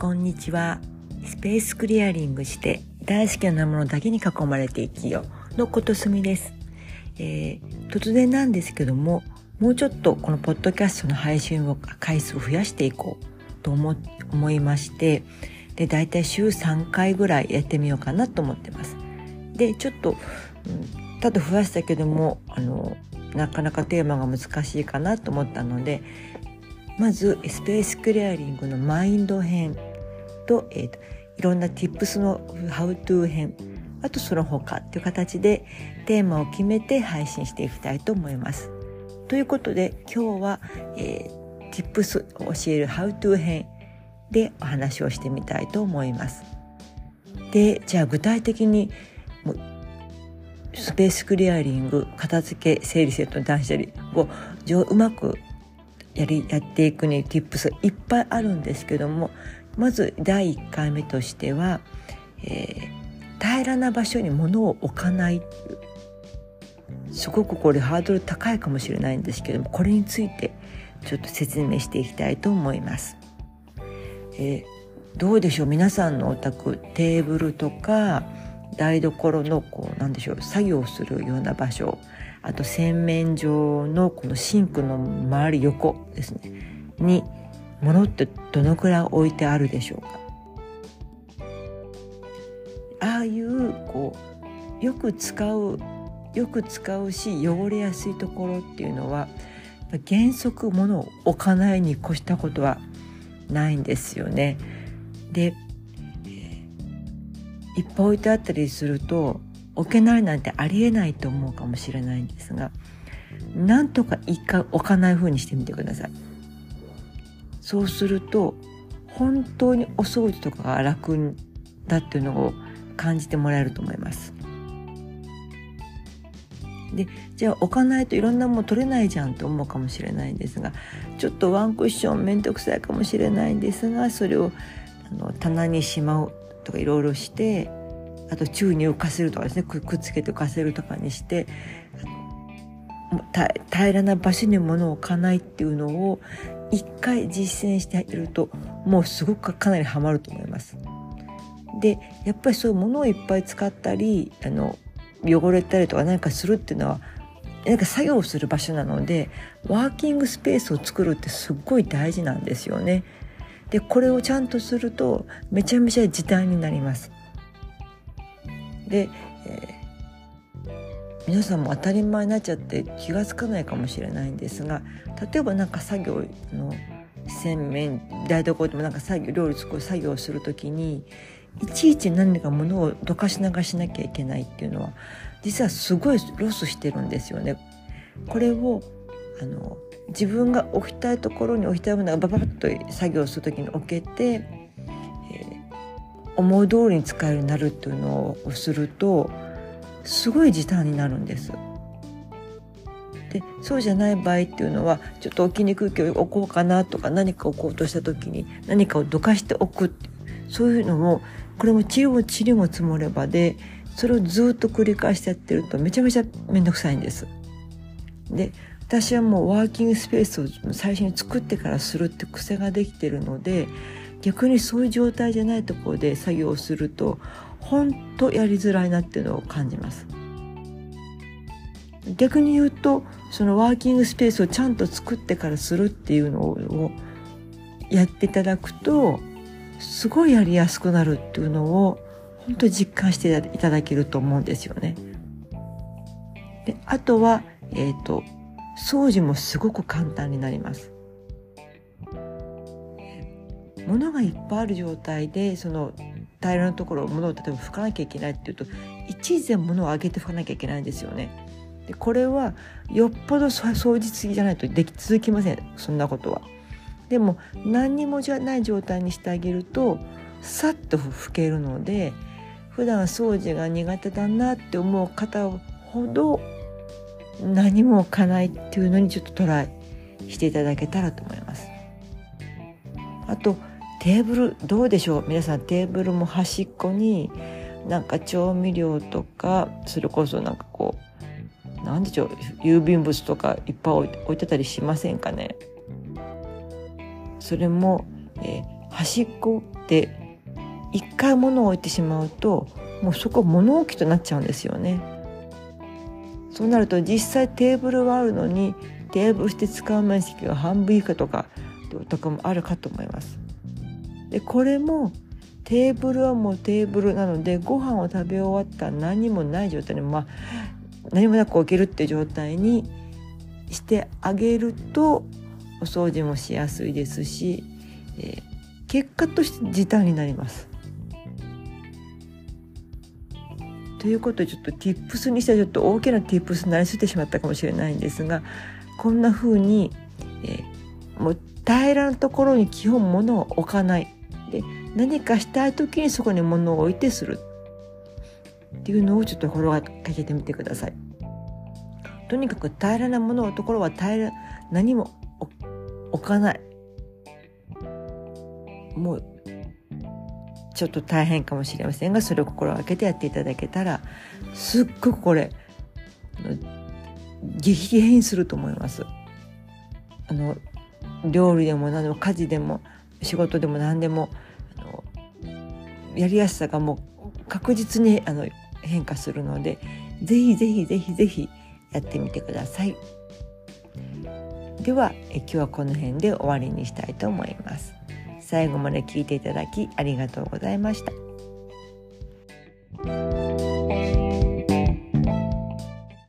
こんにちは。スペースクリアリングして大好きなものだけに囲まれて生きようのことすみです。突然なんですけども、もうちょっとこのポッドキャストの配信を回数を増やしていこうと思いまして、でだいたい週3回ぐらいやってみようかなと思ってます。でちょっと、ただ増やしたけどもなかなかテーマが難しいかなと思ったので、まずスペースクリアリングのマインド編と、いろんな Tips の How to 編、あとその他という形でテーマを決めて配信していきたいと思います。ということで今日は、Tips を教える How to 編でお話をしてみたいと思います。でじゃあ具体的にスペースクリアリング、片付け、整理整頓、断捨離をうまくやっていくに Tips いっぱいあるんですけども、まず第1回目としては、平らな場所に物を置かないっていう、すごくこれハードル高いかもしれないんですけども、これについてちょっと説明していきたいと思います。どうでしょう、皆さんのお宅テーブルとか台所の作業するような場所、あと洗面所のこのシンクの周り横ですねに物ってどのくらい置いてあるでしょうか。ああいうよく使うし汚れやすいところっていうのは原則物を置かないに越したことはないんですよね。で、いっぱい置いてあったりすると置けないなんてありえないと思うかもしれないんですが、なんとか一回置かない風にしてみてください。そうすると本当にお掃除とかが楽だっていうのを感じてもらえると思います。でじゃあ置かないといろんなもの取れないじゃんと思うかもしれないんですが、ちょっとワンクッションめんどくさいかもしれないんですが、それを棚にしまうとかいろいろして、あと宙に浮かせるとかですね、くっつけて浮かせるとかにして、平らな場所に物を置かないっていうのを一回実践していると、もうすごくかなりハマると思います。でやっぱりそういうものをいっぱい使ったり汚れたりとか何かするっていうのは作業をする場所なので、ワーキングスペースを作るってすっごい大事なんですよね。でこれをちゃんとするとめちゃめちゃ時短になります。で、皆さんも当たり前になっちゃって気がつかないかもしれないんですが、例えば作業の洗面台所でも料理作る作業をするときにいちいち何か物をどかしなしなきゃいけないっていうのは実はすごいロスしてるんですよね。これを自分が置きたいところに置きたいものがババッと作業するときに置けて、思い通りに使えるようになるっていうのをするとすごい時短になるんです。でそうじゃない場合っていうのはちょっと置きにくいけど置こうかなとか、何か置こうとした時に何かをどかしておくっていう、そういうのをこれも塵も積もればで、それをずっと繰り返してやってるとめちゃめちゃめんどくさいんです。で私はもうワーキングスペースを最初に作ってからするって癖ができてるので、逆にそういう状態じゃないところで作業をすると本当やりづらいなっていうのを感じます。逆に言うとそのワーキングスペースをちゃんと作ってからするっていうのをやっていただくとすごいやりやすくなるっていうのを本当に実感していただけると思うんですよね。であとは、掃除もすごく簡単になります。物がいっぱいある状態でその平らなところを物を例えば拭かなきゃいけないっていうと、一時物を上げて拭かなきゃいけないんですよね。でこれはよっぽど掃除すぎじゃないと続きません、そんなことは。でも何にもじゃない状態にしてあげるとさっと拭けるので、普段掃除が苦手だなって思う方ほど何も置かないっていうのにちょっとトライしていただけたらと思います。あとテーブルどうでしょう、皆さんテーブルも端っこに調味料とか、それこそなんでしょう、郵便物とかいっぱい置いてたりしませんかね。それも、端っこっって一回物を置いてしまうともうそこ物置となっちゃうんですよね。そうなると実際テーブルはあるのにテーブルして使う面積が半分以下とかもあるかと思います。でこれもテーブルはもうテーブルなのでご飯を食べ終わったら何もない状態に、何もなく置けるっていう状態にしてあげるとお掃除もしやすいですし、結果として時短になります。ということでちょっと Tips にしてはちょっと大きな Tips になりすぎてしまったかもしれないんですが、こんな風に、もう平らなところに基本物を置かない。で何かしたい時にそこに物を置いてするっていうのをちょっと心がけてみてください。とにかく平らなもののところは何も置かない。もうちょっと大変かもしれませんが、それを心がけてやっていただけたらすっごくこれ激変すると思います。料理でも何でも家事でも仕事でも何でもやりやすさがもう確実に変化するので、ぜひぜひぜひぜひやってみてください。では今日はこの辺で終わりにしたいと思います。最後まで聞いていただきありがとうございました。